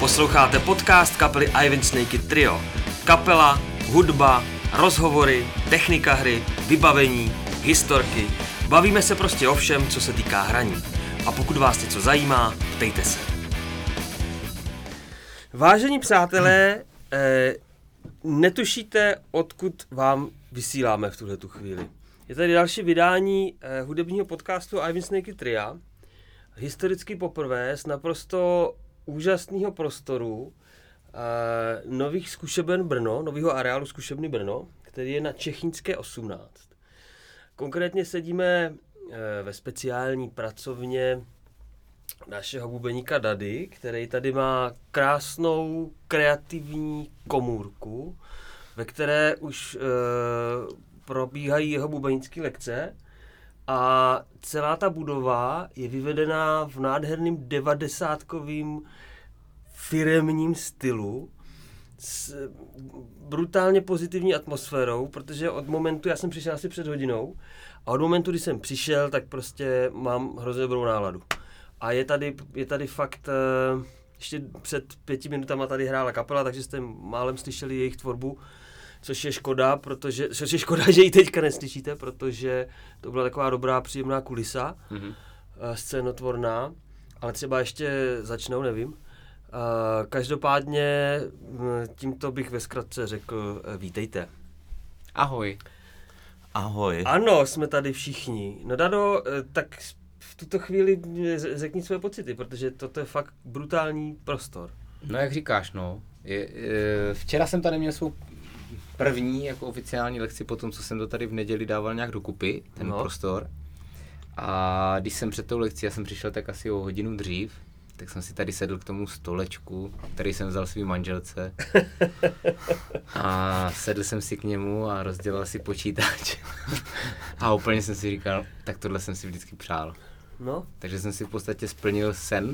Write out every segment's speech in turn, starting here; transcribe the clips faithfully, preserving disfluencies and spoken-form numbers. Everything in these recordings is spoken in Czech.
Posloucháte podcast kapely Ivan Snakey Trio. Kapela, hudba, rozhovory, technika hry, vybavení, historky. Bavíme se prostě o všem, co se týká hraní. A pokud vás něco zajímá, ptejte se. Vážení přátelé, eh, netušíte, odkud vám vysíláme v tuhletu chvíli. Je tady další vydání eh, hudebního podcastu Ivan Snakey Tria. Historicky poprvé z naprosto úžasného prostoru eh, nových zkušeben Brno, nového areálu zkušebny Brno, který je na Čechínské osmnáct. Konkrétně sedíme eh, ve speciální pracovně našeho bubeníka Dady, který tady má krásnou kreativní komůrku, ve které už e, probíhají jeho bubenické lekce a celá ta budova je vyvedená v nádherném devadesátkovým firemním stylu s brutálně pozitivní atmosférou, protože od momentu, já jsem přišel asi před hodinou a od momentu, kdy jsem přišel, tak prostě mám hrozně dobrou náladu. A je tady, je tady fakt, uh, ještě před pěti minutama tady hrála kapela, takže jste málem slyšeli jejich tvorbu, což je škoda, protože, což je škoda, že ji teďka neslyšíte, protože to byla taková dobrá, příjemná kulisa, mm-hmm. uh, scénotvorná, ale třeba ještě začnou, nevím. Uh, každopádně tímto bych ve zkratce řekl, uh, vítejte. Ahoj. Ahoj. Ano, jsme tady všichni. No Dado, uh, tak v tuto chvíli řekni své pocity, protože toto je fakt brutální prostor. No jak říkáš, no. Je, je, včera jsem tady měl svou první jako oficiální lekci po tom, co jsem to tady v neděli dával nějak dokupy, ten no. prostor. A když jsem před tou lekcí, já jsem přišel tak asi o hodinu dřív, tak jsem si tady sedl k tomu stolečku, který jsem vzal svý manželce. A sedl jsem si k němu a rozdělal si počítač. A úplně jsem si říkal, tak tohle jsem si vždycky přál. No. Takže jsem si v podstatě splnil sen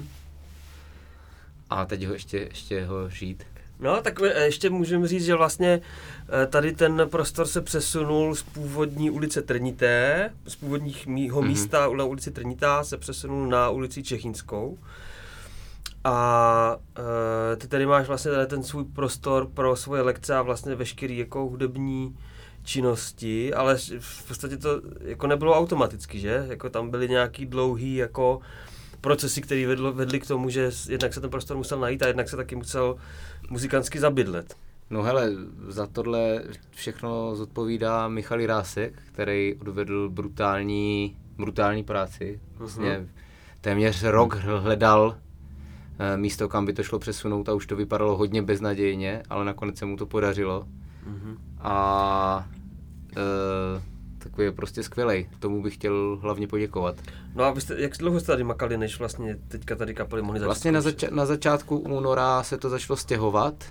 a teď ho ještě, ještě ho žít. No, tak ještě můžeme říct, že vlastně tady ten prostor se přesunul z původní ulice Trnité, z původního mm-hmm. místa na ulici Trnitá se přesunul na ulici Čechínskou. A e, ty tady máš vlastně tady ten svůj prostor pro svoje lekce a vlastně veškerý jako hudební činnosti, ale v podstatě to jako nebylo automaticky, že? Jako tam byly nějaký dlouhý jako procesy, které vedlo, vedly k tomu, že jednak se ten prostor musel najít a jednak se taky musel muzikantsky zabydlet. No hele, za tohle všechno zodpovídá Michal Jirásek, který odvedl brutální, brutální práci. Vlastně uh-huh. téměř rok hledal místo, kam by to šlo přesunout a už to vypadalo hodně beznadějně, ale nakonec se mu to podařilo. Mm-hmm. A e, takový je prostě skvělej. Tomu bych chtěl hlavně poděkovat. No a vy jste, jak dlouho jste tady makali, než vlastně teďka tady kapely mohli začít? Vlastně na, zača- na začátku února se to začalo stěhovat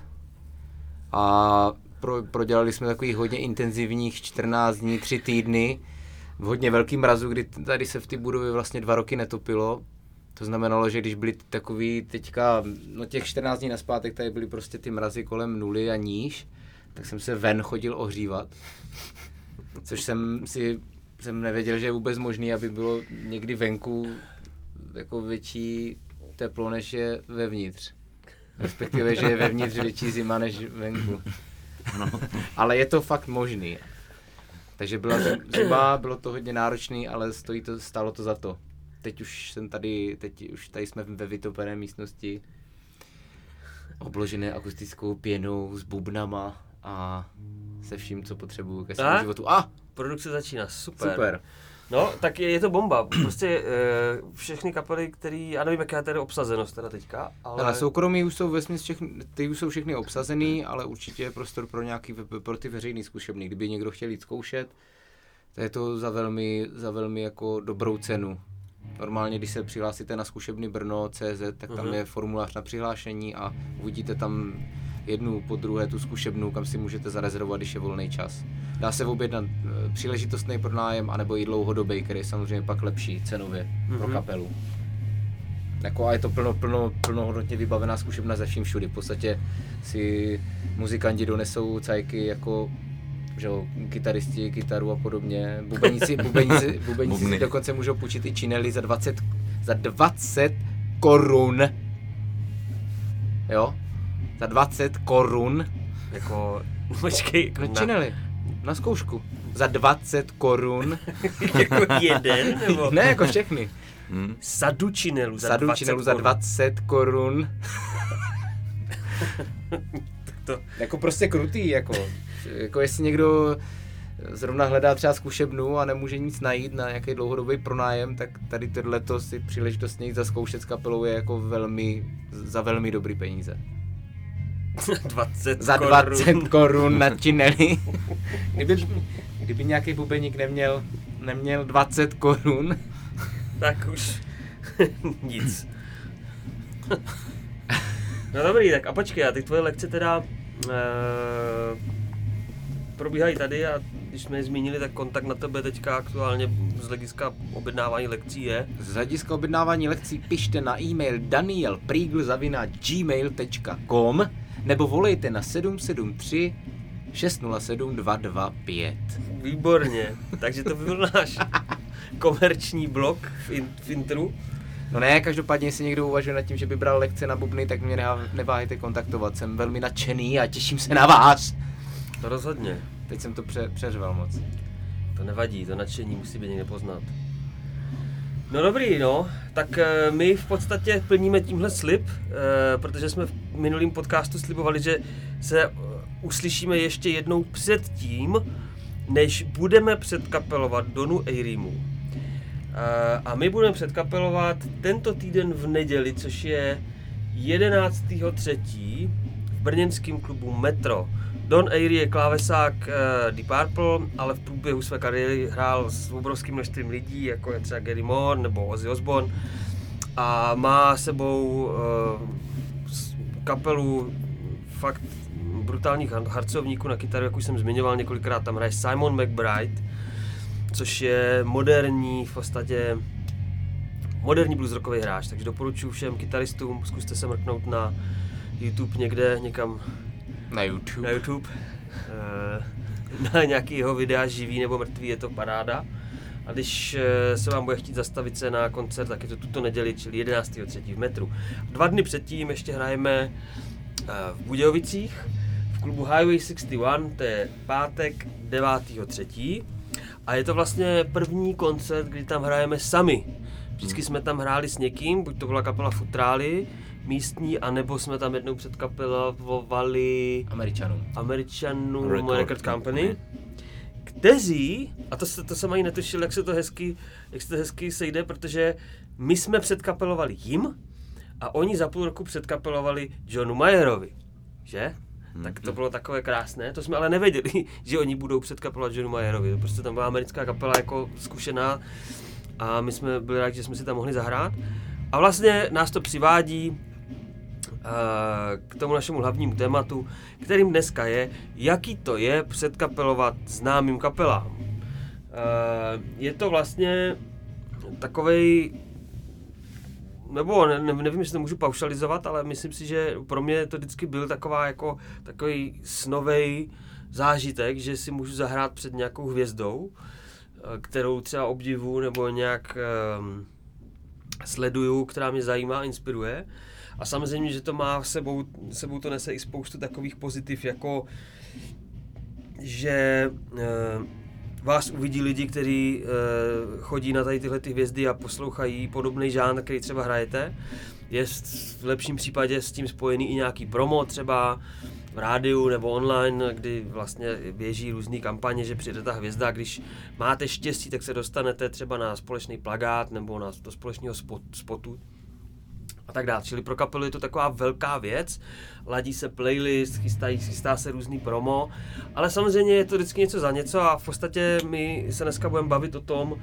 a pro, prodělali jsme takových hodně intenzivních čtrnáct dní, tři týdny v hodně velkým mrazu, kdy tady se v té budově vlastně dva roky netopilo. To znamenalo, že když byly takový teďka, no těch čtrnáct dní nazpátek, tady byly prostě ty mrazy kolem nuly a níž, tak jsem se ven chodil ohřívat, což jsem si, jsem nevěděl, že je vůbec možný, aby bylo někdy venku jako větší teplo, než je vevnitř. Respektive, že je vevnitř větší zima, než venku. No. Ale je to fakt možný. Takže byla zima, bylo to hodně náročný, ale stojí to, stálo to za to. Teď už jsem tady, teď už tady jsme ve vytopené místnosti, obložené akustickou pěnou s bubnama a se vším, co potřebuju ke svému životu. A! Produkce začíná, super. Super. No, tak je, je to bomba. Prostě e, všechny kapely, který, já nevím, jaká je tady obsazenost teda teďka, ale... Ale soukromí už jsou vesměs všechny, ty už jsou všechny obsazený, ale určitě je prostor pro nějaký, pro ty veřejný zkušebny. Kdyby někdo chtěl jít zkoušet, to je to za velmi, za velmi jako dobrou cenu. Normálně, když se přihlásíte na zkušebny Brno tečka cé zet, tak tam uh-huh. je formulář na přihlášení a uvidíte tam jednu po druhé tu zkušebnu, kam si můžete zarezervovat, když je volný čas. Dá se objednat příležitostný pronájem, anebo i dlouhodobý, který je samozřejmě pak lepší cenově uh-huh. pro kapelu. Jako a je to plno, plno, plnohodnotně vybavená zkušebna ze vším všudy. V podstatě si muzikanti donesou cajky jako že jo, kytaristi, kytaru a podobně, bubeníci, bubeníci, bubeníci si dokonce můžou půjčit i činely za dvacet, za dvacet korun. jo, za dvacet korun. Jako, počkej, jako Na na, čineli, na zkoušku. Za dvacet korun. jako jeden, nebo? Ne, jako všechny. Hmm. Sadu činelů za Sadu dvacet činelů za korun. dvacet korun. to. Jako prostě krutý, jako. Jako jestli někdo zrovna hledá třeba zkušebnu a nemůže nic najít na nějaký dlouhodobý pronájem, tak tady tohleto si příležitost někdy zaskoušet s kapelou je jako velmi, za velmi dobrý peníze. dvacet Za korun. dvacet korun na čineli. Kdyby, kdyby nějaký bubeník neměl, neměl dvacet korun, Tak už nic. No dobrý, tak a počkej, a ty tvoje lekce teda e, probíhají tady a když jsme je zmínili, tak kontakt na tebe teďka aktuálně z hlediska objednávání lekcí je. z hlediska objednávání lekcí pište na e-mail daniel prigl zavináč gmail tečka com nebo volejte na sedm sedm tři šest nula sedm dva dva pět. Výborně, takže to by byl náš komerční blog v, in, v intru. No ne, každopádně, jestli někdo uvažuje nad tím, že by bral lekce na bubny, tak mě neha- neváhejte kontaktovat. Jsem velmi nadšený a těším se na vás. To rozhodně. Teď jsem to pře- přeřval moc. To nevadí, to nadšení musí být někde poznat. No dobrý, no, tak e, my v podstatě plníme tímhle slib, e, protože jsme v minulém podcastu slibovali, že se e, uslyšíme ještě jednou předtím, než budeme předkapelovat Donu Eyrimu. E, a my budeme předkapelovat tento týden v neděli, což je jedenáctého třetího v brněnském klubu Metro. Don Eyri je klávesák uh, Deep Purple, ale v průběhu své kariéry hrál s obrovským množstvím lidí, jako je třeba Gary Moore nebo Ozzy Osbourne. A má sebou uh, kapelu fakt brutálních harcovníků na kytaru, jak už jsem zmiňoval několikrát, tam hraje Simon McBride, což je moderní, v podstatě moderní blues rockový hráč, takže doporučuji všem kytaristům, zkuste se mrknout na YouTube někde, někam Na YouTube. na YouTube, na nějaký jeho videa živý nebo mrtvý, je to paráda. A když se vám bude chtít zastavit se na koncert, tak je to tuto neděli, čili jedenáctého třetího v Metru. Dva dny předtím ještě hrajeme v Budějovicích, v klubu Highway šedesát jedna, to je pátek devátého třetího A je to vlastně první koncert, kdy tam hrajeme sami. Vždycky jsme tam hráli s někým, buď to byla kapela Futrály, místní, anebo jsme tam jednou předkapelovali Američanům. Američanům Record Record Company, Company. kteří, a to, se, to jsem ani netušil, jak se to hezky, jak se to hezky sejde, protože my jsme předkapelovali jim a oni za půl roku předkapelovali Johnu Mayerovi, že? Hmm. Tak to bylo takové krásné, to jsme ale nevěděli, že oni budou předkapelovat Johnu Mayerovi, prostě tam byla americká kapela jako zkušená a my jsme byli rádi, že jsme si tam mohli zahrát. A vlastně nás to přivádí uh, k tomu našemu hlavnímu tématu, kterým dneska je, jaký to je předkapelovat známým kapelám. Uh, je to vlastně takovej, nebo ne, ne, nevím, jestli to můžu paušalizovat, ale myslím si, že pro mě to vždycky byl taková jako takový snovej zážitek, že si můžu zahrát před nějakou hvězdou, kterou třeba obdivu nebo nějak um, sleduju, která mě zajímá a inspiruje. A samozřejmě, že to má sebou, sebou to nese i spoustu takových pozitiv, jako že uh, vás uvidí lidi, kteří uh, chodí na tady tyhle ty hvězdy a poslouchají podobný žánr, který třeba hrajete. Je v lepším případě s tím spojený i nějaký promo, třeba v rádiu nebo online, kdy vlastně běží různý kampaně, že přijde ta hvězda, když máte štěstí, tak se dostanete třeba na společný plakát nebo na do společného spot, spotu a tak dále. Čili pro kapelu je to taková velká věc, ladí se playlist, chystají, chystá se různý promo, ale samozřejmě je to vždycky něco za něco a v podstatě my se dneska budeme bavit o tom,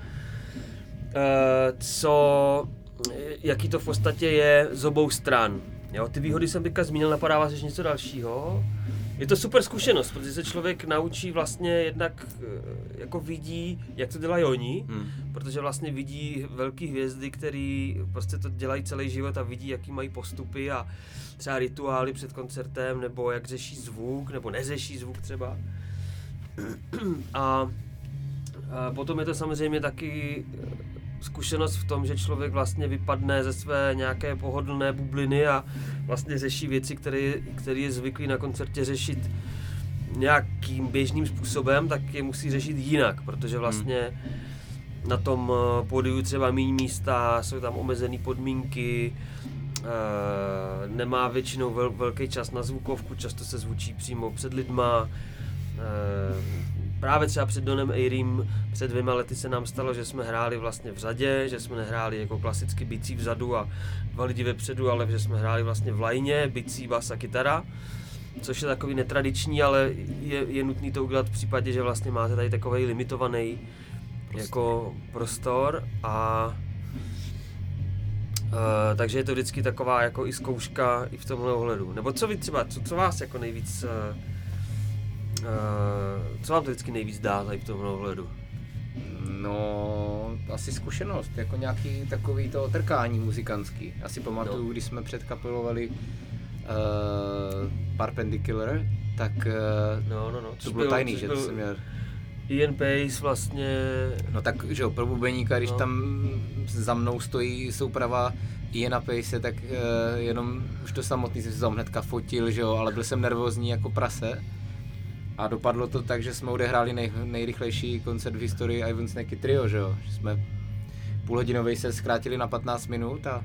co, jaký to v podstatě je z obou stran. Jo, ty výhody jsem teďka zmínil, napadá vás ještě něco dalšího. Je to super zkušenost, protože se člověk naučí vlastně jednak, jako vidí, jak to dělají oni, hmm. protože vlastně vidí velké hvězdy, které prostě to dělají celý život a vidí, jaký mají postupy a třeba rituály před koncertem, nebo jak řeší zvuk, nebo neřeší zvuk třeba. A, a potom je to samozřejmě taky zkušenost v tom, že člověk vlastně vypadne ze své nějaké pohodlné bubliny a vlastně řeší věci, které, které je zvyklý na koncertě řešit nějakým běžným způsobem, tak je musí řešit jinak, protože vlastně hmm. na tom pódiu třeba méně místa, jsou tam omezené podmínky, e, nemá většinou vel, velký čas na zvukovku, často se zvučí přímo před lidma. E, právě třeba před Donem Airim před dvěma lety se nám stalo, že jsme hráli vlastně v řadě, že jsme nehráli jako klasicky bicí vzadu a dva lidi vepředu, ale že jsme hráli vlastně v lajně, bicí, bas a kytara. Což je takový netradiční, ale je, je nutný to udělat v případě, že vlastně máte tady takovej limitovaný jako prostor a uh, takže je to vždycky taková jako i zkouška i v tomhle ohledu. Nebo co vy třeba, co, co vás jako nejvíc, uh, uh, co vám to vždycky nejvíc dá tady v tomhle ohledu? No, asi zkušenost, jako nějaký takový to otrkání muzikantský. Asi pamatuju, no. Když jsme předkapelovali Uh, Perpendicular, tak uh, no, no, no. to bylo tajný, že to jsem měl. Ian Pace vlastně... No tak, že jo, pro bubeníka, když no. tam za mnou stojí souprava Iana Pace, tak uh, jenom už to samotný jsem si tam hnedka fotil, že jo, ale byl jsem nervózní jako prase. A dopadlo to tak, že jsme odehráli nej, nejrychlejší koncert v historii Ivan Snaky Trio, že jo, že jsme půlhodinovej se zkrátili na patnáct minut a...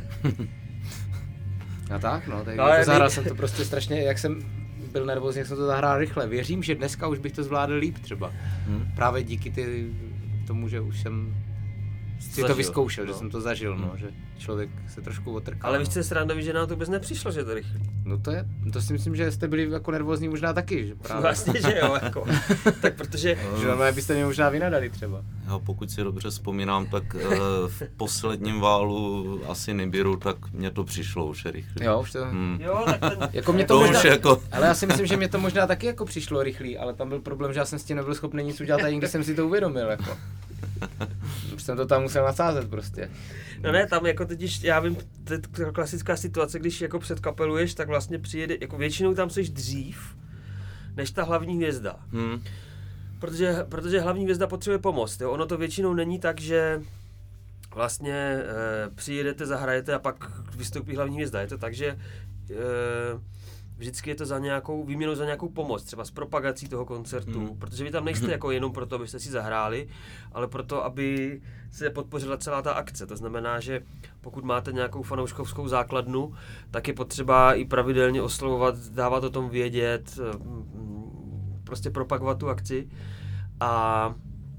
A tak no, tak no, jako zahrál jsem to prostě strašně, jak jsem byl nervózní, jak jsem to zahrál rychle. Věřím, že dneska už bych to zvládl líp třeba. Hmm. Právě díky ty, tomu, že už jsem si zažil, to vyzkoušel, no. Že jsem to zažil, no, že člověk se trošku otrkal. Ale vy jste srandoví, že nám to vůbec nepřišlo, že to rychle. No to je, to si myslím, že jste byli jako nervózní možná taky, že právě. Vlastně, že jo, jako. Tak protože... Že no, byste mě možná vynadali třeba. Jo, pokud si dobře vzpomínám, tak uh, v posledním válu asi Nibiru, tak mně to přišlo už rychle. Jo, už to... Hmm. Jo, tak ten... Jako mě to, to možná... jako... Ale já si myslím, že mě to možná taky jako přišlo rychlý, ale tam byl problém, že já jsem s tím nebyl schopný nic udělat, ani když jsem si to uvědomil, jako. Už jsem to tam musel nasázet prostě. No ne, tam jako totiž, já vím, to je klasická situace, když jako předkapeluješ, tak vlastně přijede, jako většinou tam jsi dřív, než ta hlavní hvězda. Hmm. Protože, protože hlavní hvězda potřebuje pomoc, jo? Ono to většinou není tak, že vlastně e, přijedete, zahrajete a pak vystoupí hlavní hvězda. Je to tak, že e, vždycky je to za nějakou výměnou za nějakou pomoc, třeba s propagací toho koncertu, hmm. protože vy tam nejste jako jenom proto, abyste si zahráli, ale proto, aby se podpořila celá ta akce. To znamená, že pokud máte nějakou fanouškovskou základnu, tak je potřeba i pravidelně oslovovat, dávat o tom vědět, prostě propagovat tu akci a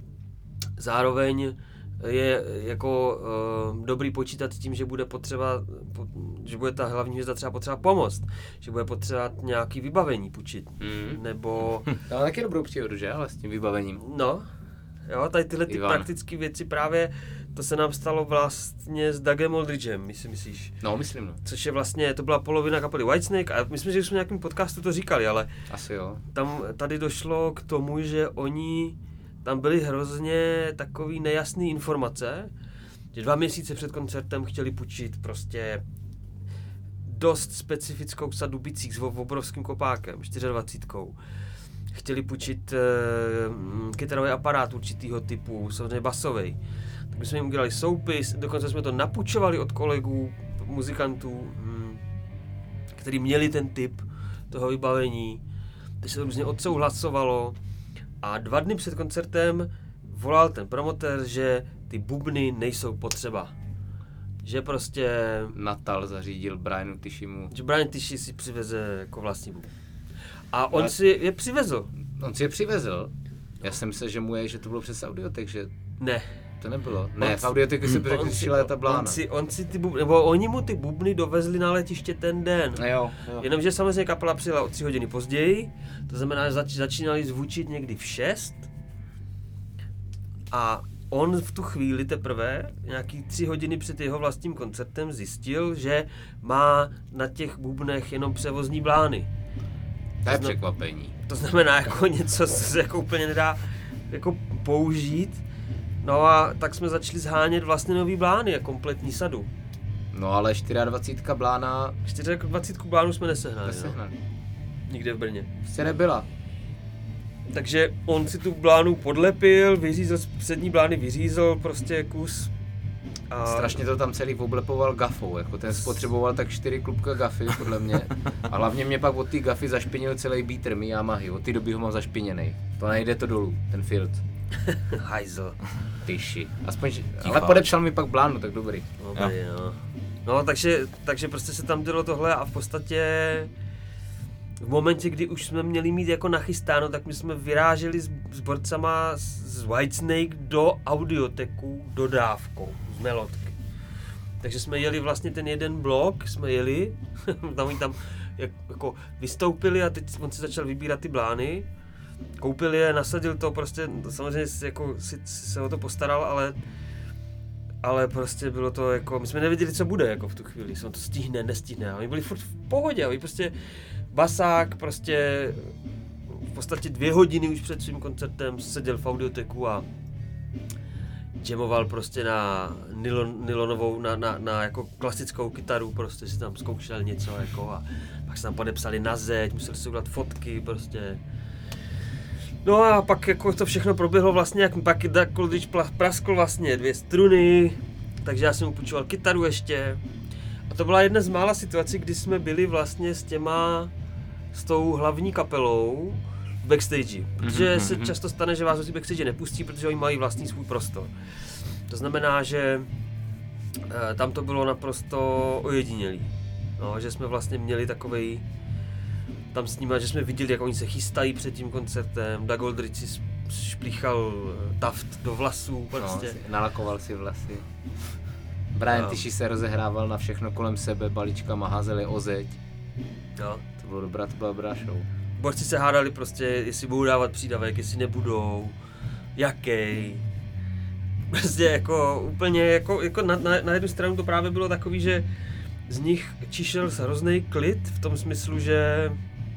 zároveň je jako uh, dobrý počítat s tím, že bude potřeba, po, že bude ta hlavní hvězda třeba potřeba pomoct, že bude potřeba nějaký vybavení půjčit, mm. nebo... To má taky dobrou příhodu, že? Ale s tím vybavením. No, jo, tady tyhle ty praktické věci právě, to se nám stalo vlastně s Dougem Aldridgem, my si myslíš? No, myslím, no. Což je vlastně, to byla polovina kapely Whitesnake a myslím, že jsme v nějakém podcastu to říkali, ale... Asi jo. Tam tady došlo k tomu, že oni... Tam byly hrozně takový nejasné informace, že dva měsíce před koncertem chtěli půjčit prostě dost specifickou sadu bicích s obrovským kopákem, čtyřicítkou. Chtěli půjčit e, kytarový aparát určitýho typu, samozřejmě basový. Tak my jsme jim udělali soupis, dokonce jsme to napůjčovali od kolegů, muzikantů, hm, kteří měli ten typ toho vybavení. Takže se to různě odsouhlasovalo. A dva dny před koncertem volal ten promotér, že ty bubny nejsou potřeba. Že prostě... Natal zařídil Brianu Tishimu. Že Brian Tichy si přiveze jako vlastní bubny. A on a... si je přivezl. On si je přivezl? Já jsem myslel, že mu je, že to bylo přes Audiotek, že... Ne. To nebylo. Ne, v Audioteku si řekl, že šila ta blána. On si, on si ty bubny, nebo oni mu ty bubny dovezli na letiště ten den. Jo, jo. Jenomže samozřejmě kapela přijela o tři hodiny později, to znamená, že zač, začínali zvučit někdy v šest. A on v tu chvíli teprve, nějaký tři hodiny před jeho vlastním koncertem, zjistil, že má na těch bubnech jenom převozní blány. To je překvapení. To znamená jako něco, co se jako úplně nedá jako použít. No a tak jsme začali zhánět vlastně nový blány a kompletní sadu. No ale dvacet čtyři blána... dvacet čtyři blánu jsme nesehnali, nesehnali. No. Nikde v Brně. Prostě nebyla. Takže on si tu blánu podlepil, vyřízl, z přední blány vyřízl prostě kus A... Strašně to tam celý oblepoval gafou, jako ten spotřeboval tak čtyři klubka gafy, podle mě. A hlavně mě pak od té gafy zašpinil celý beater mý Yamahy, od té doby ho mám zašpiněnej. To nejde to dolů, ten filt. Hajzl. Tyši. Aspoň, ale podepsal mi pak blánu, tak dobrý. Dobrý, no. No, takže, takže prostě se tam dělo tohle a v podstatě v momentě, kdy už jsme měli mít jako nachystáno, tak my jsme vyráželi s, s borcama z Whitesnake do audioteku dodávkou z Melodky. Takže jsme jeli vlastně ten jeden blok, jsme jeli, tam oni tam jak, jako vystoupili a teď on si začal vybírat ty blány. Koupil je, nasadil to, prostě samozřejmě jako si, si se o to postaral, ale ale prostě bylo to jako, my jsme nevěděli, co bude jako v tu chvíli, jestli on to stihne, nestihne, a oni byli furt v pohodě, oni prostě basák prostě v podstatě dvě hodiny už před svým koncertem seděl v audioteku a jamoval prostě na nylon, nylonovou, na, na, na jako klasickou kytaru, prostě si tam zkoušel něco jako a pak se tam podepsali na zeď, museli si udělat fotky prostě. No a pak jako to všechno proběhlo vlastně, jak pak Doug Aldrich praskl vlastně dvě struny, takže já jsem mu půjčoval kytaru ještě. A to byla jedna z mála situací, kdy jsme byli vlastně s těma, s tou hlavní kapelou v backstage. Protože mm-hmm. se často stane, že vás do té backstage nepustí, protože oni mají vlastní svůj prostor. To znamená, že e, tam to bylo naprosto ojedinělý. No, že jsme vlastně měli takovej tam s nimi, že jsme viděli, jak oni se chystají před tím koncertem. Doug Aldrich si šplíchal taft do vlasů, prostě. No, nalakoval si vlasy. Brian no. Tishy se rozehrával na všechno kolem sebe, balíčkama házeli o zeď. No. To bylo dobrá, to byla dobrá show. Borci se hádali prostě, jestli budou dávat přídavek, jestli nebudou, jaký. Prostě jako úplně, jako, jako na, na, na jednu stranu to právě bylo takový, že z nich čišel hrozný klid v tom smyslu, že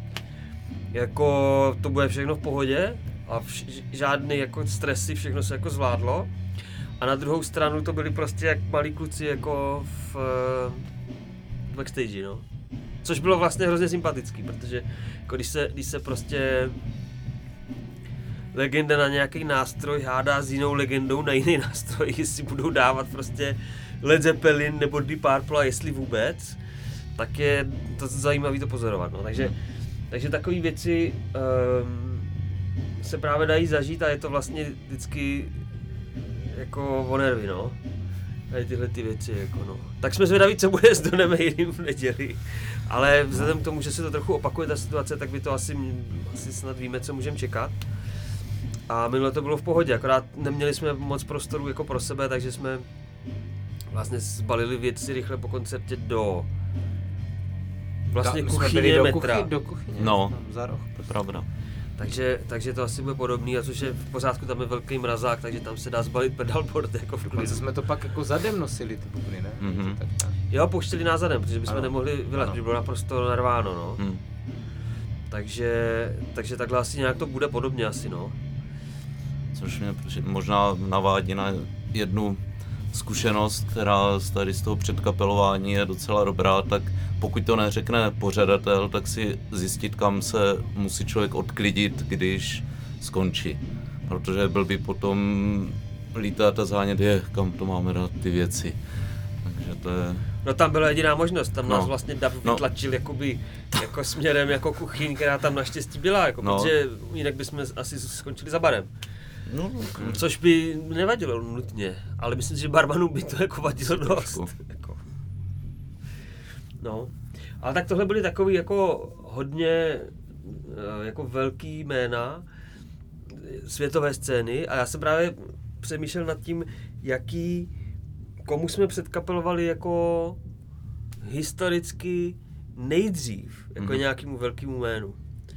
jako to bude všechno v pohodě a vš- žádný jako stresy, všechno se jako zvládlo. A na druhou stranu to byli prostě jak malí kluci jako v, v backstage, no. Což bylo vlastně hrozně sympatický, protože jako když se, když se prostě legenda na nějaký nástroj hádá s jinou legendou na jiný nástroj, jestli budou dávat prostě Led Zeppelin nebo Deep Purple a jestli vůbec, tak je to zajímavé to pozorovat, no. Takže, takže takové věci um, se právě dají zažít a je to vlastně vždycky jako o nervy, no. Tady tyhle ty věci, jako no. Tak jsme zvědaví, co bude s Donem Haylem v neděli. Ale vzhledem k tomu, že se to trochu opakuje ta situace, tak by to asi, asi snad víme, co můžeme čekat. A minule to bylo v pohodě, akorát neměli jsme moc prostoru jako pro sebe, takže jsme vlastně zbalili věci rychle po koncertě do vlastně Ta, kuchyně do metra. Kuchy, do kuchyně, no, za roh. Pravda. Takže, takže to asi bude podobný, a což je v pořádku, tam je velký mrazák, takže tam se dá zbalit pedalboard jako v klidu. jsme to pak jako zadem nosili ty bubny, ne? Mm-hmm. Tak, tak. Jo, pouštěli nás zadem, protože bychom ano. nemohli vylet, protože bylo naprosto narváno, no. Mm. Takže, takže takhle asi nějak to bude podobně asi, no. Což mě možná navádí na jednu zkušenost, která z tady z toho předkapelování je docela dobrá, tak pokud to neřekne pořadatel, tak si zjistit, kam se musí člověk odklidit, když skončí. Protože byl by potom lítat a zánět je, kam to máme dát ty věci. Takže to je... No tam byla jediná možnost, tam no. nás vlastně Dav vytlačil no. jakoby, jako směrem jako kuchyň, která tam naštěstí byla, jako, no. protože jinak bychom asi skončili za barem. No, což by nevadilo nutně, ale myslím si, že barmanům by to jako vadilo dost. Jako. No, ale tak tohle byly takový jako hodně jako velký jména světové scény a já jsem právě přemýšlel nad tím, jaký, komu jsme předkapelovali jako historicky nejdřív, jako mm-hmm. nějakému velkému jménu.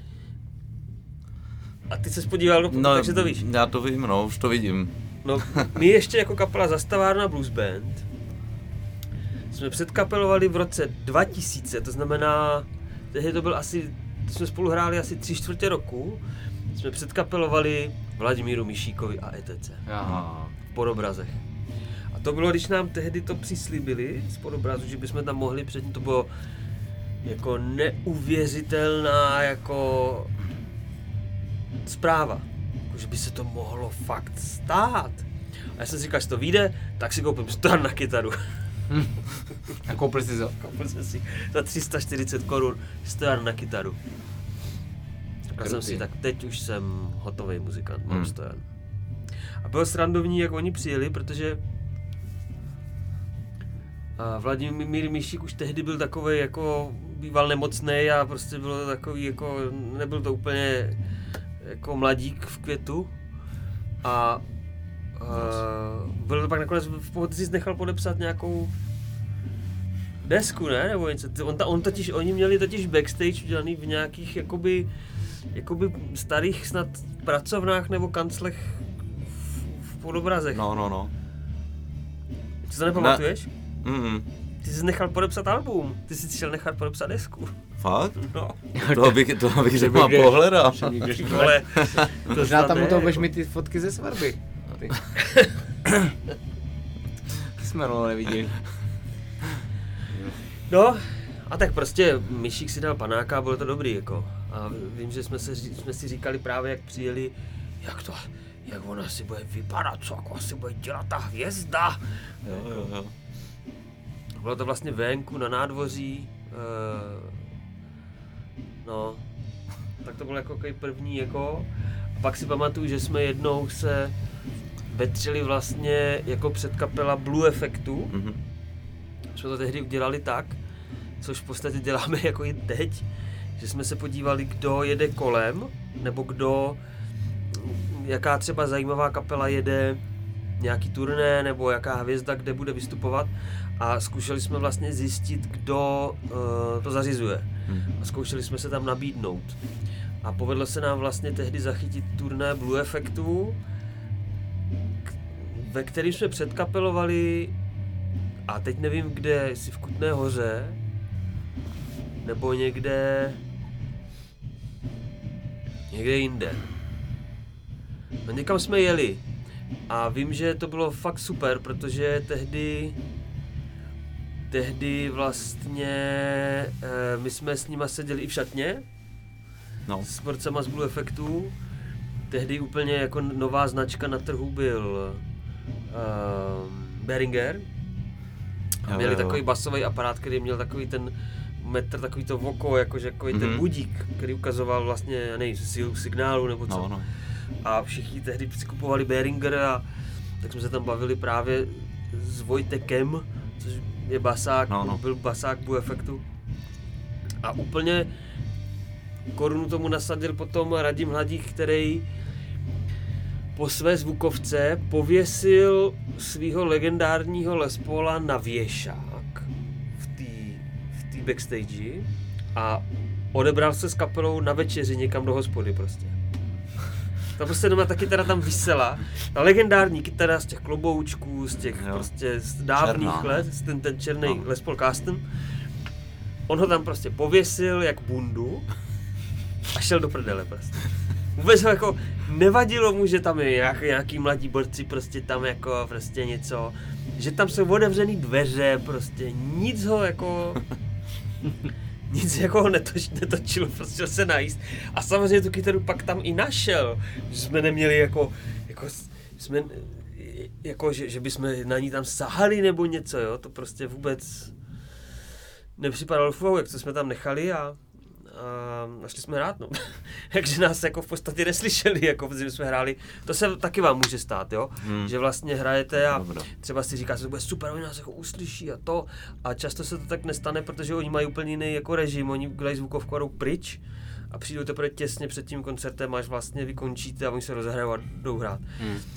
A ty se podíval, no, no, takže to víš. Já to vím, no, už to vidím. No, my ještě jako kapela Zastavárna Blues Band jsme předkapelovali v roce dva tisíce, to znamená, tehdy to byl asi, jsme spolu hráli asi tři čtvrtě roku, jsme předkapelovali Vladimíru Mišíkovi a et cetera. Aha. V Podobrazech. A to bylo, když nám tehdy to přislíbili z Podobrazu, že bychom tam mohli, předtím to bylo jako neuvěřitelná jako zpráva, jako, že by se to mohlo fakt stát. A já jsem si říkal, že to vyjde, tak si koupím stojan na kytaru. A koupil jsi to? Koupil jsem si za tři sta čtyřicet korun stojan na kytaru. Říkal jsem si, tak teď už jsem hotový muzikant, mám hmm. stojan. A bylo srandovní, jak oni přijeli, protože a Vladimír Mišík už tehdy byl takovej, jako býval nemocnej a prostě bylo takový, jako nebyl to úplně jako mladík v květu. A uh, bylo to pak nakonec v pohodě si nechal podepsat nějakou desku, ne? Nebo něco. On, ta, on totiž, oni měli totiž backstage udělaný v nějakých jakoby, jakoby starých snad pracovnách nebo kanclech v, v podobrazech. No, no, no. Ty to nepamatuješ? Ne. Mm-mm. Ty jsi nechal podepsat album, ty jsi šel nechat podepsat desku. Fakt? No. To bych, to bych řekl pohledal. Ale možná tam u toho budeš mít ty fotky ze svatby. Jsme no neviděli. No, a tak prostě Mišík si dal panáka a bylo to dobrý, jako. A vím, že jsme, se, jsme si říkali právě, jak přijeli, jak to, jak ona si bude vypadat, co jako asi bude dělat ta hvězda. Jo, jo, jo. Bylo to vlastně venku na nádvoří, uh, no, tak to bylo jako první, jako. A pak si pamatuju, že jsme jednou se vetřili vlastně jako předkapela Blue Effectu. Mm-hmm. Jsme to tehdy udělali tak, což v podstatě děláme jako i teď, že jsme se podívali, kdo jede kolem, nebo kdo, jaká třeba zajímavá kapela jede nějaký turné, nebo jaká hvězda, kde bude vystupovat. A zkoušeli jsme vlastně zjistit, kdo uh, to zařizuje. A zkoušeli jsme se tam nabídnout. A povedlo se nám vlastně tehdy zachytit turné Blue Effectu, ve kterým jsme předkapelovali, a teď nevím kde, jestli v Kutné Hoře, nebo někde, někde jinde. No někam jsme jeli a vím, že to bylo fakt super, protože tehdy, tehdy vlastně eh, my jsme s nima seděli i v šatně, no. S borcema z Blue Effectu. Tehdy úplně jako nová značka na trhu byl uh, Behringer. A měli takový basový aparát, který měl takový ten metr, takový to voko, jakože takový mm-hmm. ten budík, který ukazoval vlastně, já nevím, sílu signálu nebo co. No, no. A všichni tehdy si kupovali Behringer a tak jsme se tam bavili právě s Vojtekem, což je basák, no, no. byl basák Blue Effectu. A úplně korunu tomu nasadil potom Radim Hladík, který po své zvukovce pověsil svého legendárního Les Paula na věšák v té v té backstage a odebral se s kapelou na večeři někam do hospody prostě. Ta prostě doma ta kytara tam visela, ta legendární kytara z těch kloboučků, z těch jo. prostě z dávných Černá. let, ten, ten černý no. Les Paul Custom. On ho tam prostě pověsil jak bundu a šel do prdele prostě. Vůbec jako nevadilo mu, že tam je nějaký, nějaký mladí borci prostě tam jako prostě něco, že tam jsou otevřený dveře prostě, nic ho jako, nic jako ho netoč, netočilo, prostě se najíst. A samozřejmě tu kytaru pak tam i našel, že jsme neměli jako, jako jsme, jako že, že bychom na ní tam sahali nebo něco, jo, to prostě vůbec nepřipadalo v úvahu, jak to jsme tam nechali a a našli jsme hrát, no. Takže nás jako v podstatě neslyšeli, jako protože jsme hráli, to se taky vám může stát, jo, hmm. že vlastně hrajete a Dobro. třeba si říká, že to bude super, oni nás jako uslyší a to a často se to tak nestane, protože oni mají úplně jiný jako režim, oni dělají zvukovku a jdou pryč a přijdou teprve těsně před tím koncertem, až vlastně vykončíte a oni se rozehrajou a jdou hrát. Hmm. Uh,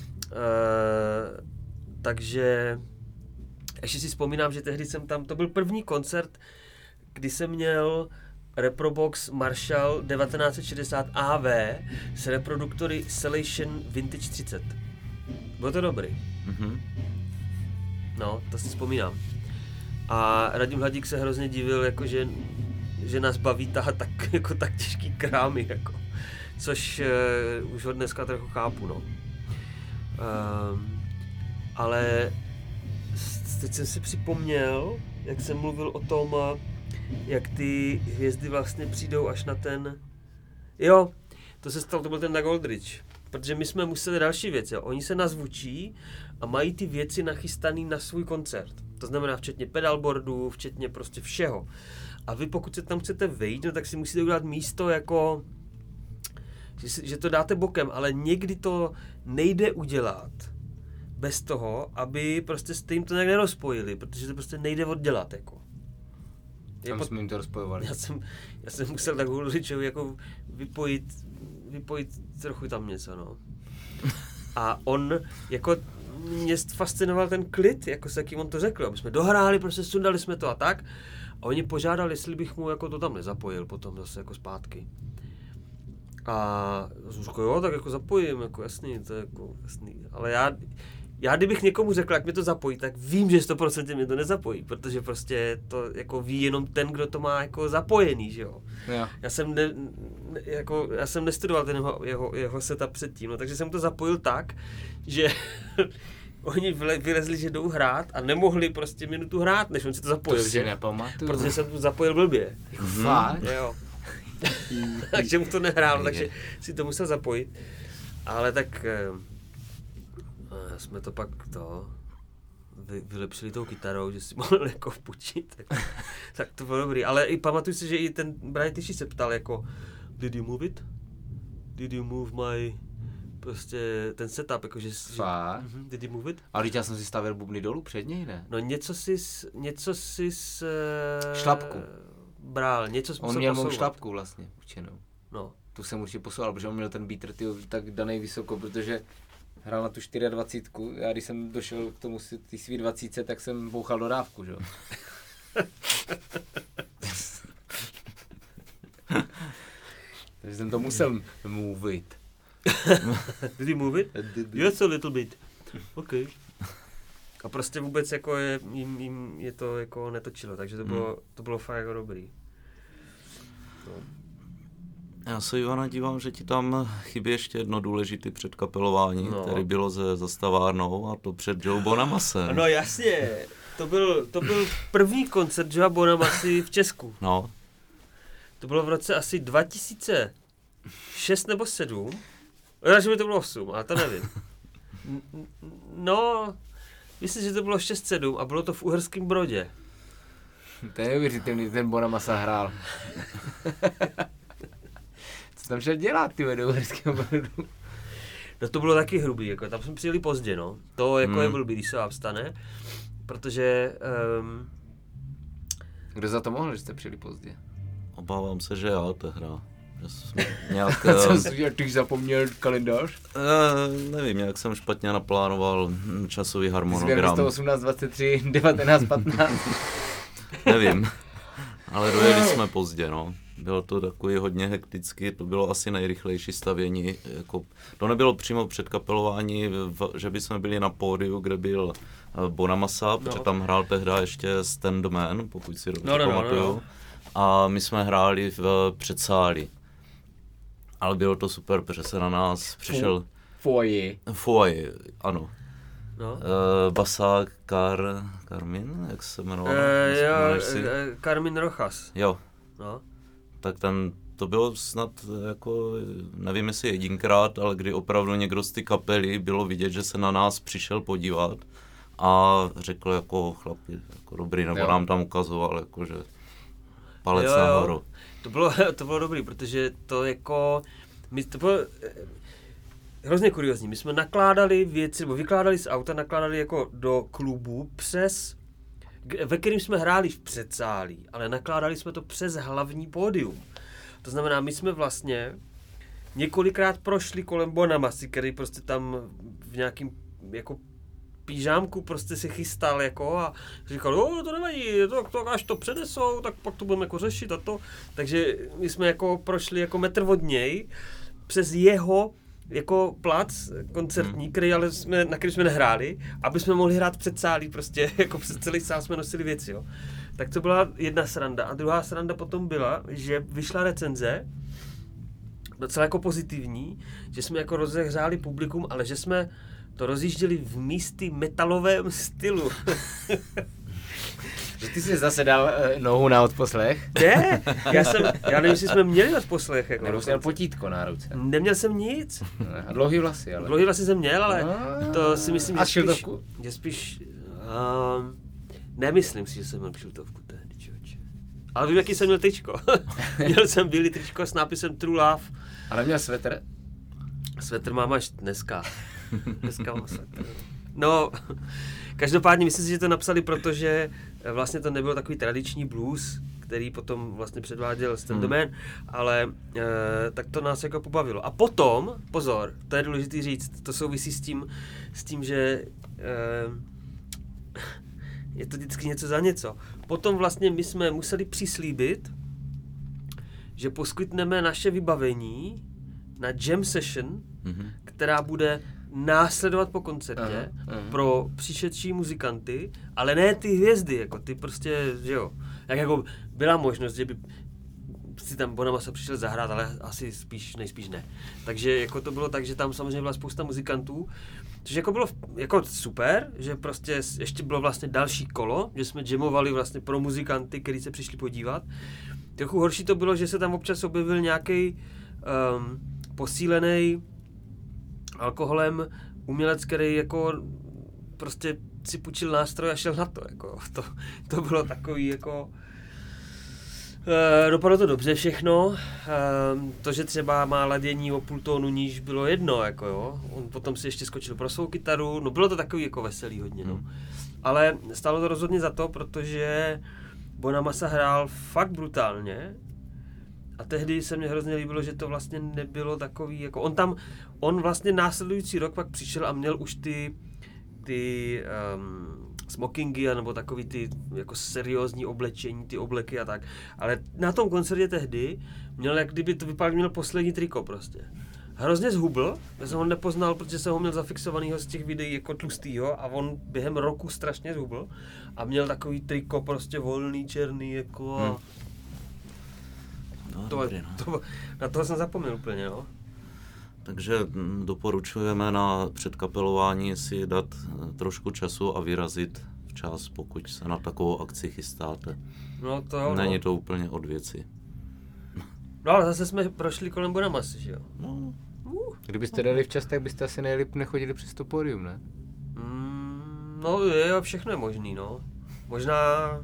takže ještě si vzpomínám, že tehdy jsem tam, to byl první koncert, kdy jsem měl Reprobox Marshall devatenáct set šedesát A V s reproduktory Celation Vintage třicet. Bylo to dobrý. Mm-hmm. No, to si vzpomínám. A Radim Hladík se hrozně divil, jako že, že nás baví tahat tak, jako tak těžký krámy, jako. Což uh, už ho dneska trochu chápu, no. Um, ale teď jsem si připomněl, jak jsem mluvil o tom, jak ty hvězdy vlastně přijdou až na ten... Jo, to se stalo, to byl ten na Goldridge. protože my jsme museli další věc, jo. Oni se nazvučí a mají ty věci nachystaný na svůj koncert. To znamená včetně pedalboardu, včetně prostě všeho. A vy pokud se tam chcete vejít, no, tak si musíte udělat místo jako, že, si, že to dáte bokem, ale někdy to nejde udělat bez toho, aby prostě jste jim to nějak nerozpojili, protože to prostě nejde oddělat, jako. Tam Jako, jsme jim to rozpojovali. Já jsem, já jsem musel tak Ulrichovi jako vypojit, vypojit trochu tam něco, no. A on, jako, mě fascinoval ten klid, jako s jakým on to řekl. My jsme dohráli, prostě sundali jsme to a tak. A oni požádali, jestli bych mu jako to tam nezapojil potom zase jako zpátky. A jsem řekl, jo, tak jako zapojím, jako jasný, to je jako jasný. Ale já, já kdybych někomu řekl, jak mi to zapojí, tak vím, že sto procent mě to nezapojí, protože prostě to jako ví jenom ten, kdo to má jako zapojený, že jo. Jo. Já jsem, ne, ne, jako, já jsem nestudoval ten jeho, jeho, jeho setup předtím, no, takže jsem to zapojil tak, že oni vylezli, že jdou hrát a nemohli prostě minutu hrát, než on si to zapojil. To si nepamatuju. Protože jsem to zapojil blbě. Fakt? Jo. Takže mu to nehrálo, takže si to musel zapojit. Ale tak eh, jsme to pak to vy, vylepšili tou kytarou, že si mohl jako vpučit. Tak, tak to bylo dobrý. Ale i pamatuju si, že i ten Brian Tishy se ptal jako Did you move it? Did you move my... Prostě ten setup, jakože... Fakt? Že, uh-huh, did you move it? Ale já jsem si stavěl bubny dolů před něj, ne? No něco si, něco si s... Šlapku. Bral, něco jsme On měl mou šlapku vlastně učenou. No. Tu jsem určitě posouval, protože on měl ten beater tyjo, tak danej vysoko, protože hrál na tu dvacítku čtyři. Já když jsem došel k tomu ty svý dvacítce, tak jsem bouchal do dávku, že jo. Takže jsem to musel mluvit. Did you move it? Yes, a little bit. OK. A prostě vůbec jako je, jim, jim je to jako netočilo, takže to bylo, to bylo fakt jako dobrý. No. Já se, Ivana, dívám, že ti tam chybí ještě jedno důležité předkapelování, no. které bylo se zastavárnou, a to před Joe Bonamasem. No jasně, to byl, to byl první koncert Joea Bonamasy v Česku. No. To bylo v roce asi dva tisíce šest nebo sedm. Já, že by to bylo osm, ale to nevím. No, myslím, že to bylo šest sedm a bylo to v Uherském Brodě. To je neuvěřitelný, ten Bonamassa hrál. Co tam šel dělat, ty do Uherského Brodu? No to bylo taky hrubý, jako tam jsme přijeli pozdě, no. To jako hmm. je blbý, když se vám vstane, protože... Um... Kdo za to mohl, že jste přijeli pozdě? Obávám se, že já tehda. Že jsem nějak... Co jsi, jak ty zapomněl kalendář? Uh, nevím, jak jsem špatně naplánoval časový harmonogram. Jsi osmnáct dvacet tři, devatenáct patnáct. Nevím, ale dojeli jsme pozdě, no. Bylo to takový hodně hekticky, to bylo asi nejrychlejší stavění. Jako, to nebylo přímo předkapelování, že bychom byli na pódiu, kde byl Bonamassa, no. Protože tam hrál tehda ještě Standman, pokud si dobře no, no, pamatuju. No, no, no. A my jsme hráli v předsáli. Ale bylo to super, protože se na nás přišel... Foyer. Foyer, ano. No. Uh, Basa Kar... Carmin, jak se jmenoval? Uh, jo, uh, Carmin Rojas. Jo. No. Tak ten, to bylo snad jako, nevím jestli jedinkrát, ale kdy opravdu někdo z ty kapely bylo vidět, že se na nás přišel podívat a řekl jako chlapi, jako dobrý, nebo jo. Nám tam ukazoval, jako že palec jo, nahoru. Jo. To bylo, to bylo dobrý, protože to jako, my, to bylo hrozně kuriozní, my jsme nakládali věci, nebo vykládali z auta, nakládali jako do klubu přes, ve kterým jsme hráli v předsálí, ale nakládali jsme to přes hlavní pódium. To znamená, my jsme vlastně několikrát prošli kolem Bonamassy, který prostě tam v nějakým jako pížámku prostě se chystal jako a říkal, jo, to nevadí, to, to, až to přenesou, tak pak to budeme jako řešit a to. Takže my jsme jako prošli jako metr od něj přes jeho jako plac koncertní, který ale jsme, na který jsme nehráli, aby jsme mohli hrát před sálí, prostě jako přes celý sál jsme nosili věci, jo. Tak to byla jedna sranda a druhá sranda potom byla, že vyšla recenze, docela jako pozitivní, že jsme jako rozehřáli publikum, ale že jsme to rozjížděli v místy metalovém stylu. Že ty jsi zase dal uh, nohu na odposlech? Ne, já jsem, já nevím, jestli jsme měli odposlech. Jako Nebo jsi měl potítko na ruce? Neměl jsem nic. A dlouhý vlasy, ale. Dlouhý vlasy jsem měl, ale no, to si myslím, a že spíš, šiltovku? že spíš, um, nemyslím si, že jsem měl šiltovku tehdy, člověče. Ale vím, jaký jsem měl tričko. Měl jsem bílý tričko s nápisem True Love. A neměl svetr? Svetr mám až dneska. Dneska mám svetr. No, každopádně myslím si, že to napsali, protože vlastně to nebyl takový tradiční blues, který potom vlastně předváděl Stand the Man, ale e, tak to nás jako pobavilo. A potom, pozor, to je důležité říct, to souvisí s tím, s tím, že e, je to vždycky něco za něco. Potom vlastně my jsme museli přislíbit, že poskytneme naše vybavení na jam session, mm-hmm. která bude následovat po koncertě uh, uh. pro přišedší muzikanty, ale ne ty hvězdy, jako ty prostě, že jo. Jak jako byla možnost, že by si tam Bonamassa přišel zahrát, ale asi spíš, nejspíš ne. Takže jako to bylo tak, že tam samozřejmě byla spousta muzikantů, což jako bylo jako super, že prostě ještě bylo vlastně další kolo, že jsme jamovali vlastně pro muzikanty, kteří se přišli podívat. Trochu horší to bylo, že se tam občas objevil nějaký um, posílený alkoholem umělec, který jako prostě si půjčil nástroj a šel na to, jako to, to bylo takový jako e, dopadlo to dobře všechno, e, to, že třeba má ladění o půl tónu níž bylo jedno, jako jo, on potom si ještě skočil pro svou kytaru, no bylo to takový jako veselý hodně, no, ale stálo to rozhodně za to, protože Bonamassa hrál fakt brutálně. A tehdy se mně hrozně líbilo, že to vlastně nebylo takový, jako on tam, on vlastně následující rok pak přišel a měl už ty, ty um, smokingy, nebo takový ty jako seriózní oblečení, ty obleky a tak. Ale na tom koncertě tehdy měl, jak kdyby to vypadalo, měl poslední triko prostě. Hrozně zhubl, já jsem ho nepoznal, protože jsem ho měl zafixovanýho z těch videí jako tlustýho a on během roku strašně zhubl a měl takový triko prostě volný, černý, jako... Hmm. No, to, dobrý, no. to, na toho jsem zapomněl úplně, no. Takže doporučujeme na předkapelování si dát trošku času a vyrazit včas, pokud se na takovou akci chystáte. No to jo, Není no. to úplně od věci. No ale zase jsme prošli kolem Bonamassy, že jo? No. Uh. Kdybyste dali včas, tak byste asi nejlíp nechodili přes to pódium, ne? Mm, no jo, všechno je možný, no. Možná...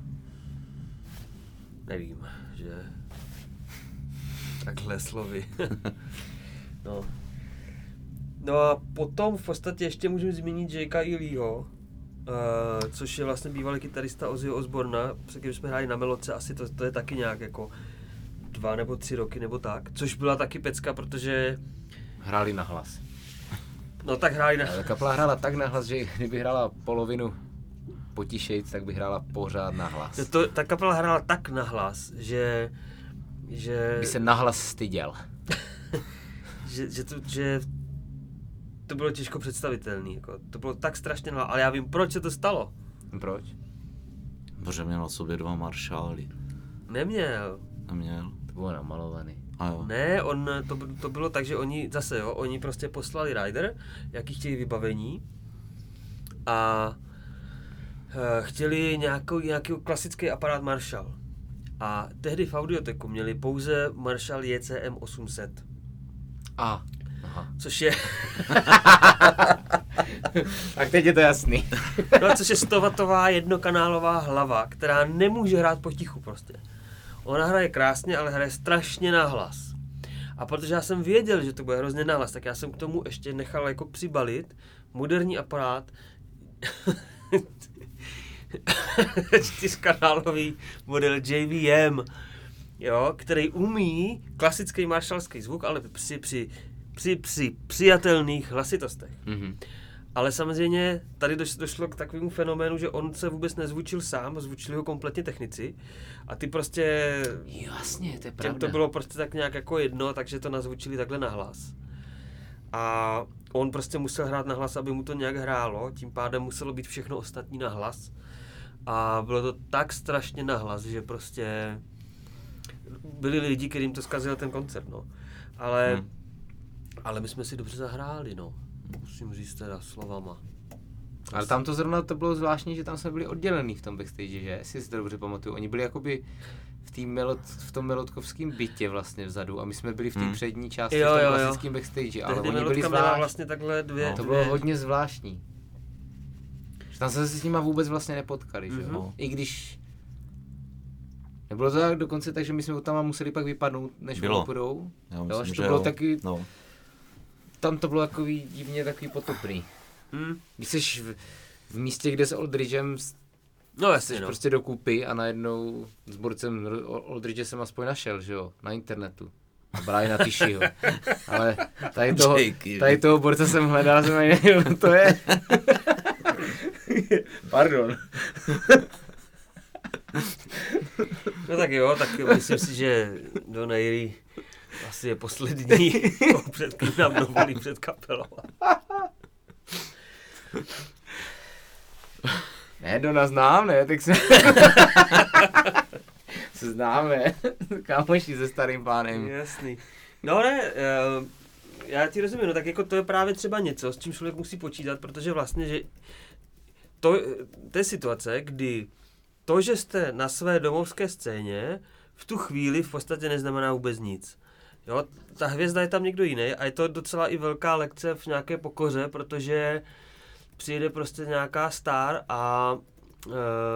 Nevím, že... Takhle slovy. no. no a potom v podstatě ještě můžeme zmínit Jakea E. Leeho, uh, což je vlastně bývalý kytarista Ozzyho Osborna, se kterým jsme hráli na Melodce, asi to, to je taky nějak jako dva nebo tři roky nebo tak, což byla taky pecka, protože... Hráli na hlas. No tak hráli na... Ale kapela hrála tak na hlas, že kdyby hrála polovinu potišejc, tak by hrála pořád na hlas. To, to, ta kapela hrála tak na hlas, že... že... By se nahlas styděl. že, že, to, že to bylo těžko představitelné, jako. To bylo tak strašně nahlas, ale já vím, proč se to stalo. Proč? Protože měl na sobě dva maršály. Neměl. Neměl? To bylo namalovaný. A jo. Ne, on, to, to bylo tak, že oni, zase jo, oni prostě poslali rider, jaký chtějí vybavení a uh, chtěli nějakou, nějaký klasický aparát Marshall. A tehdy v Audioteku měli pouze Marshall J C M osm set. A. Aha. Což je... Tak teď je to jasný. no, což je stowatová jednokanálová hlava, která nemůže hrát potichu prostě. Ona hraje krásně, ale hraje strašně nahlas. A protože já jsem věděl, že to bude hrozně nahlas, tak já jsem k tomu ještě nechal jako přibalit moderní aparát čtyřkanálový model J V M, jo, který umí klasický marshallský zvuk, ale při, při, při, při přijatelných hlasitostech. Mm-hmm. Ale samozřejmě tady došlo k takovému fenoménu, že on se vůbec nezvučil sám, zvučili ho kompletně technici a ty prostě... Jasně, to je pravda. Těm to bylo prostě tak nějak jako jedno, takže to nazvučili takhle nahlas. A on prostě musel hrát nahlas, aby mu to nějak hrálo, tím pádem muselo být všechno ostatní nahlas. A bylo to tak strašně nahlas, že prostě byli lidi, kterým to zkazil ten koncert, no. Ale, hmm. ale my jsme si dobře zahráli, no. Musím říct teda slovama. Ale tam to zrovna to bylo zvláštní, že tam jsme byli oddělený v tom backstage, že? Jestli si to dobře pamatuju. Oni byli jakoby v, tý melod, v tom melodkovském bytě vlastně vzadu a my jsme byli v té hmm. přední části jo, v tom jo, klasickém backstage, ale tehdy oni Melodka byli měla zvláštní. vlastně takhle dvě, No, to dvě. bylo hodně zvláštní. Že tam jsme se s nima vůbec vlastně nepotkali, mm-hmm. že jo? I když... Nebylo to tak dokonce tak, že my jsme tam museli pak vypadnout, než oni půjdou? Já myslím, jo, že to že bylo jo. taky... No. Tam to bylo takový divně takový potopný. Hmm. Když jsi v, v místě, kde s Oldridgem No jasně, no. prostě dokupy a najednou s borcem Oldridge jsem aspoň našel, že jo, na internetu. A Briana Tishyho. Ale tady toho, tady toho borce jsem hledal, jsem ani nevěděl, kdo to je. Pardon. No tak jo, tak myslím si, že Don Airy asi je poslední, před kým nám dovolí před kapelou. Ne, Dona znám, ne, tak se... se známe, kámoši se starým pánem. Jasný. No ne, já ti rozumím, no tak jako to je právě třeba něco, s čím člověk musí počítat, protože vlastně, že to, to je situace, kdy to, že jste na své domovské scéně, v tu chvíli v podstatě neznamená vůbec nic. Jo, ta hvězda je tam někdo jiný a je to docela i velká lekce v nějaké pokoře, protože přijde prostě nějaká star a e,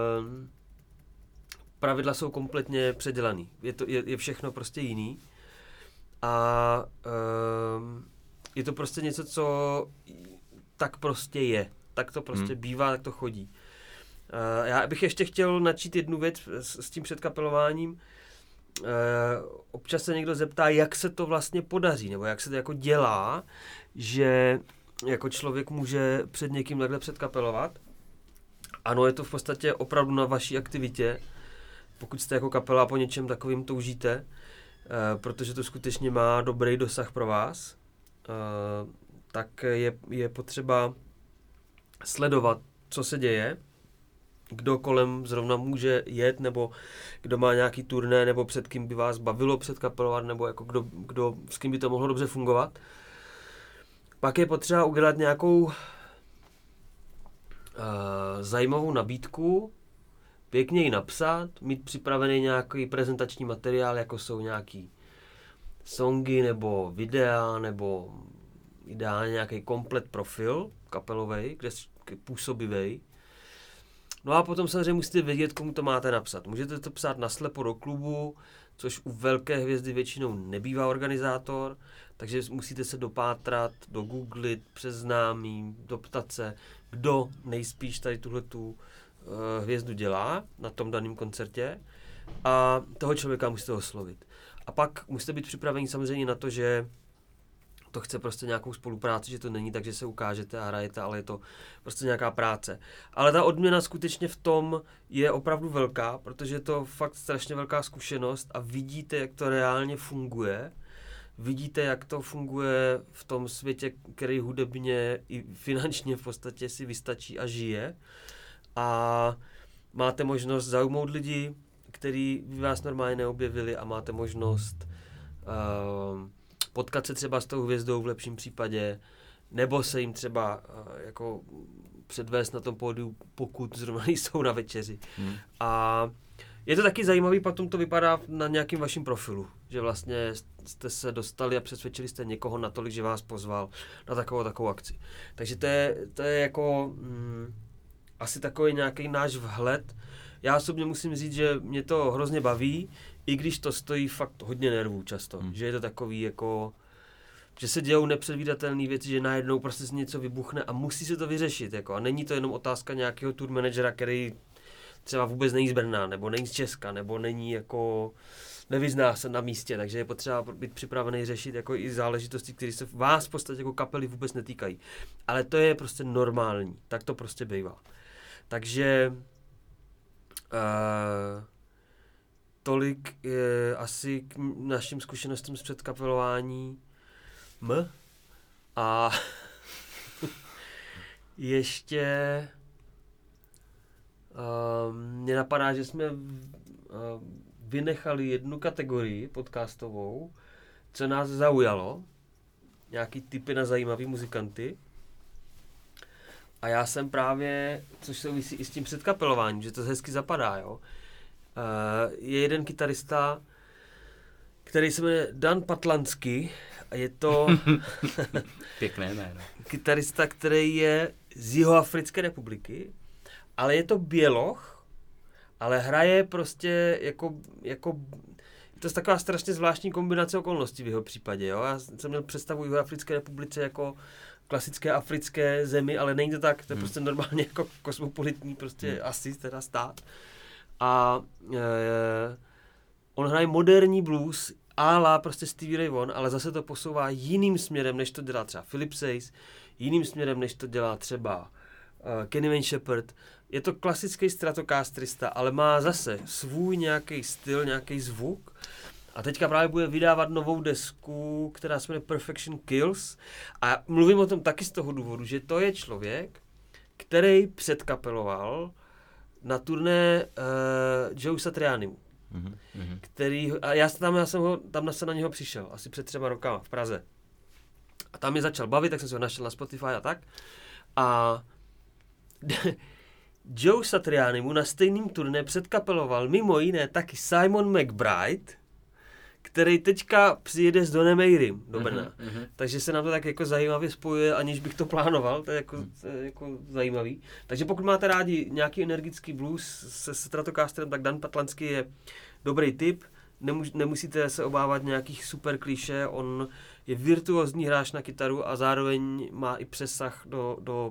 pravidla jsou kompletně předělaný. Je, to, je, je všechno prostě jiný. A e, je to prostě něco, co tak prostě je. Tak to prostě hmm. bývá, tak to chodí. E, já bych ještě chtěl načít jednu věc s, s tím předkapelováním. E, občas se někdo zeptá, jak se to vlastně podaří, nebo jak se to jako dělá, že jako člověk může před někým takhle předkapelovat. Ano, je to v podstatě opravdu na vaší aktivitě, pokud jste jako kapela po něčem takovým toužíte, e, protože to skutečně má dobrý dosah pro vás, e, tak je, je potřeba sledovat, co se děje, kdo kolem zrovna může jet, nebo kdo má nějaký turné, nebo před kým by vás bavilo předkapelovat, nebo jako kdo, kdo, s kým by to mohlo dobře fungovat. Pak je potřeba udělat nějakou uh, zajímavou nabídku, pěkně ji napsat, mít připravený nějaký prezentační materiál, jako jsou nějaký songy, nebo videa, nebo ideálně nějaký komplet profil kapelovej, kde působivej. No a potom samozřejmě musíte vědět, komu to máte napsat. Můžete to psát naslepo do klubu, což u velké hvězdy většinou nebývá organizátor, takže musíte se dopátrat, dogooglit, přes známý, doptat se, kdo nejspíš tady tuhletu uh, hvězdu dělá na tom daném koncertě a toho člověka musíte oslovit. A pak musíte být připraveni samozřejmě na to, že to chce prostě nějakou spolupráci, že to není tak, že se ukážete a hrajete, ale je to prostě nějaká práce. Ale ta odměna skutečně v tom je opravdu velká, protože je to fakt strašně velká zkušenost a vidíte, jak to reálně funguje. Vidíte, jak to funguje v tom světě, který hudebně i finančně v podstatě si vystačí a žije. A máte možnost zaujmout lidi, kteří by vás normálně neobjevili a máte možnost uh, potkat se třeba s tou hvězdou v lepším případě, nebo se jim třeba uh, jako předvést na tom pódiu, pokud zrovna jsou na večeři. Hmm. A je to taky zajímavý, potom to vypadá na nějakým vaším profilu, že vlastně jste se dostali a přesvědčili jste někoho natolik, že vás pozval na takovou takovou akci. Takže to je, to je jako mm, asi takový nějaký náš vhled. Já osobně musím říct, že mě to hrozně baví, i když to stojí fakt hodně nervů často, hmm. že je to takový jako, že se dějou nepředvídatelné věci, že najednou prostě z něco vybuchne a musí se to vyřešit, jako, a není to jenom otázka nějakého tour managera, který třeba vůbec není z Brna, nebo není z Česka, nebo není jako, nevyzná se na místě, takže je potřeba být připravený řešit jako i záležitosti, které se vás v podstatě jako kapely vůbec netýkají. Ale to je prostě normální, tak to prostě bývá. Takže uh, tolik je asi k našim zkušenostem z předkapelování M. A ještě uh, mě napadá, že jsme uh, vynechali jednu kategorii podcastovou, co nás zaujalo. Nějaký tipy na zajímavý muzikanty. A já jsem právě, což souvisí i s tím předkapelováním, že to hezky zapadá, jo. Uh, je jeden kytarista, který se jmenuje Dan Patlansky a je to pěkné jméno. Kytarista, který je z Jihoafrické republiky, ale je to běloch, ale hraje prostě jako, jako je to taková strašně zvláštní kombinace okolností v jeho případě, jo. Já jsem měl představu Jihoafrické republice jako klasické africké zemi, ale není to tak, to je hmm. prostě normálně jako kosmopolitní prostě hmm. asi teda stát. A e, on hraje moderní blues a la prostě Stevie Ray Vaughan, ale zase to posouvá jiným směrem, než to dělá třeba Philip Sayce, jiným směrem, než to dělá třeba uh, Kenny Wayne Shepherd. Je to klasický stratocasterista, ale má zase svůj nějaký styl, nějaký zvuk. A teďka právě bude vydávat novou desku, která se jmenuje Perfection Kills. A mluvím o tom taky z toho důvodu, že to je člověk, který předkapeloval na turné uh, Joe Satrianimu. Mm-hmm. Který, a já, tam, já jsem ho, tam se na něho přišel, asi před třema rokama v Praze. A tam mě začal bavit, tak jsem se ho našel na Spotify a tak. A Joe Satriani mu na stejným turné předkapeloval mimo jiné taky Simon McBride, který teďka přijede s Donem Airym do Brna. Mm-hmm. Takže se nám to tak jako zajímavě spojuje, aniž bych to plánoval, to je jako, to je jako zajímavý. Takže pokud máte rádi nějaký energický blues se Stratocasterem, tak Dan Patlansky je dobrý tip. Nemus, nemusíte se obávat nějakých super klišé, on je virtuózní hráč na kytaru a zároveň má i přesah do, do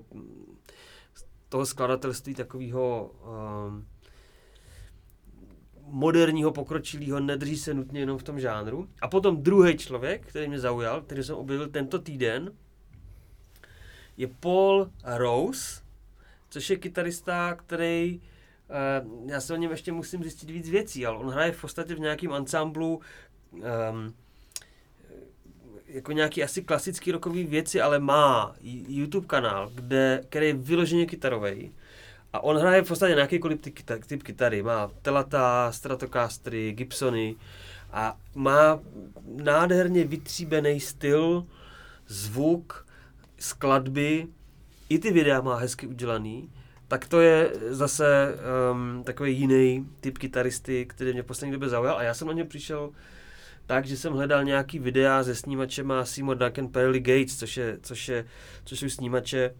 toho skladatelství takového um, moderního, pokročilého, nedrží se nutně jenom v tom žánru. A potom druhý člověk, který mě zaujal, který jsem objevil tento týden, je Paul Rose, což je kytarista, který, uh, já se o něm ještě musím zjistit víc věcí, ale on hraje v podstatě v nějakém ansámblu um, jako nějaký asi klasický rockový věci, ale má YouTube kanál, kde, který je vyloženě kytarovej. A on hraje v podstatě nějakýkoliv typ, typ kytary. Má Telata, Stratocastery, Gibsony a má nádherně vytříbený styl, zvuk, skladby. I ty videa má hezky udělaný. Tak to je zase um, takový jiný typ kytaristy, který mě v poslední době zaujal. A já jsem na něj přišel tak, že jsem hledal nějaký videa se snímačema Seymour Duncan Pearly Gates, což, je, což, je, což jsou snímače,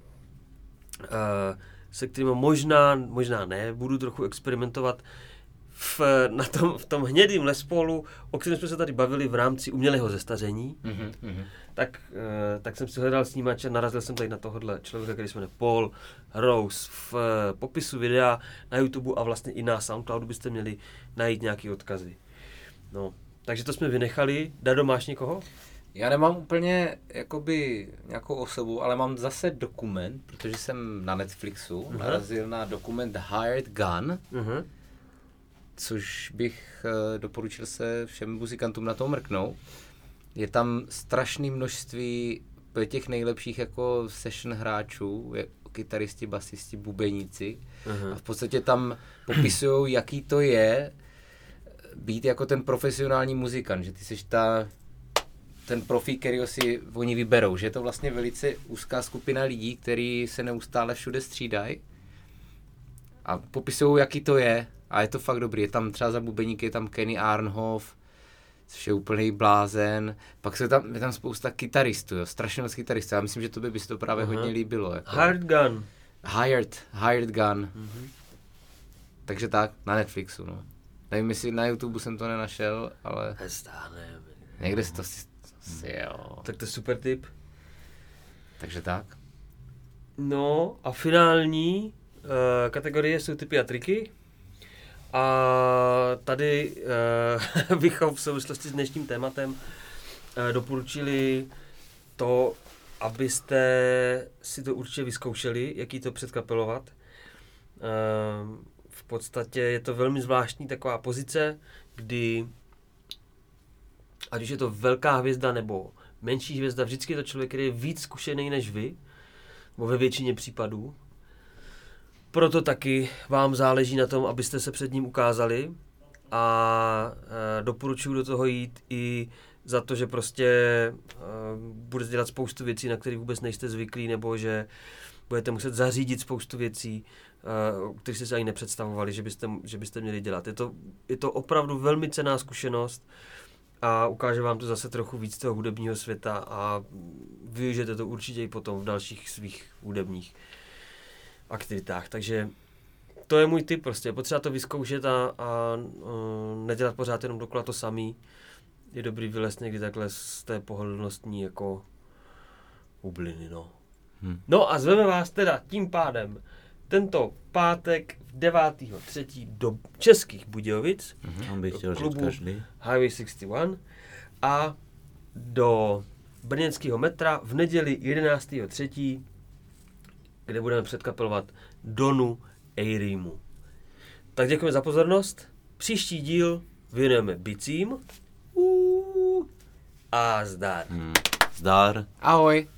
uh, se kterými možná, možná ne, budu trochu experimentovat v, na tom, v tom hnědým Les Paulu, o kterém jsme se tady bavili v rámci umělého zestaření. Mm-hmm. Tak, uh, tak jsem si hledal snímače, narazil jsem tady na tohohle člověka, který se jmenuje Paul Rose. V uh, popisu videa na YouTube a vlastně i na Soundcloudu byste měli najít nějaké odkazy. No. Takže to jsme vynechali. Dado, máš někoho? Já nemám úplně jakoby nějakou osobu, ale mám zase dokument, protože jsem na Netflixu uh-huh. narazil na dokument Hired Gun, uh-huh. což bych uh, doporučil se všem muzikantům na to mrknout. Je tam strašné množství těch nejlepších jako session hráčů, kytaristi, basisti, bubeníci. Uh-huh. A v podstatě tam popisují, jaký to je být jako ten profesionální muzikant, že ty jsi ta, ten profík, kterýho si oni vyberou, že je to vlastně velice úzká skupina lidí, kteří se neustále všude střídají a popisují, jaký to je a je to fakt dobrý. Je tam třeba za bubeníky, je tam Kenny Arnhoff, což je úplný blázen, pak jsou tam, je tam spousta kytaristů, jo, strašně moc kytaristů, já myslím, že to by se to právě uh-huh. hodně líbilo. Jako. Hired Gun. Hired, Hired Gun. Uh-huh. Takže tak, na Netflixu, no. Nevím, jestli na YouTube jsem to nenašel, ale Hestáne. někde si to si, si jo. Tak to je super tip. Takže tak. No a finální uh, kategorie jsou tipy a triky. A tady uh, bychom v souvislosti s dnešním tématem uh, doporučili to, abyste si to určitě vyzkoušeli, jaký to předkapelovat. Uh, V podstatě je to velmi zvláštní taková pozice, kdy ať už je to velká hvězda nebo menší hvězda, vždycky je to člověk, který je víc zkušený než vy, nebo ve většině případů. Proto taky vám záleží na tom, abyste se před ním ukázali a e, doporučuji do toho jít i za to, že prostě e, budete dělat spoustu věcí, na které vůbec nejste zvyklí, nebo že budete muset zařídit spoustu věcí, uh, které jste si ani nepředstavovali, že byste, že byste měli dělat. Je to, je to opravdu velmi cenná zkušenost a ukáže vám to zase trochu víc toho hudebního světa a využijete to určitě i potom v dalších svých hudebních aktivitách. Takže to je můj tip prostě. Je potřeba to vyzkoušet a, a uh, nedělat pořád jenom dokola to samý. Je dobrý vylézt někdy takhle z té pohodlnostní jako bubliny, no. Hmm. No a zveme vás teda tím pádem tento pátek devátého třetího do Českých Budějovic. Mhm, on by chtěl říct klubu každý. Highway šedesát jedna a do brněnského metra v neděli jedenáctého třetího kde budeme předkapelovat Donu Eirimu. Tak děkujeme za pozornost. Příští díl věnujeme bicím. Uh, a zdar. Hmm. Zdar. Ahoj.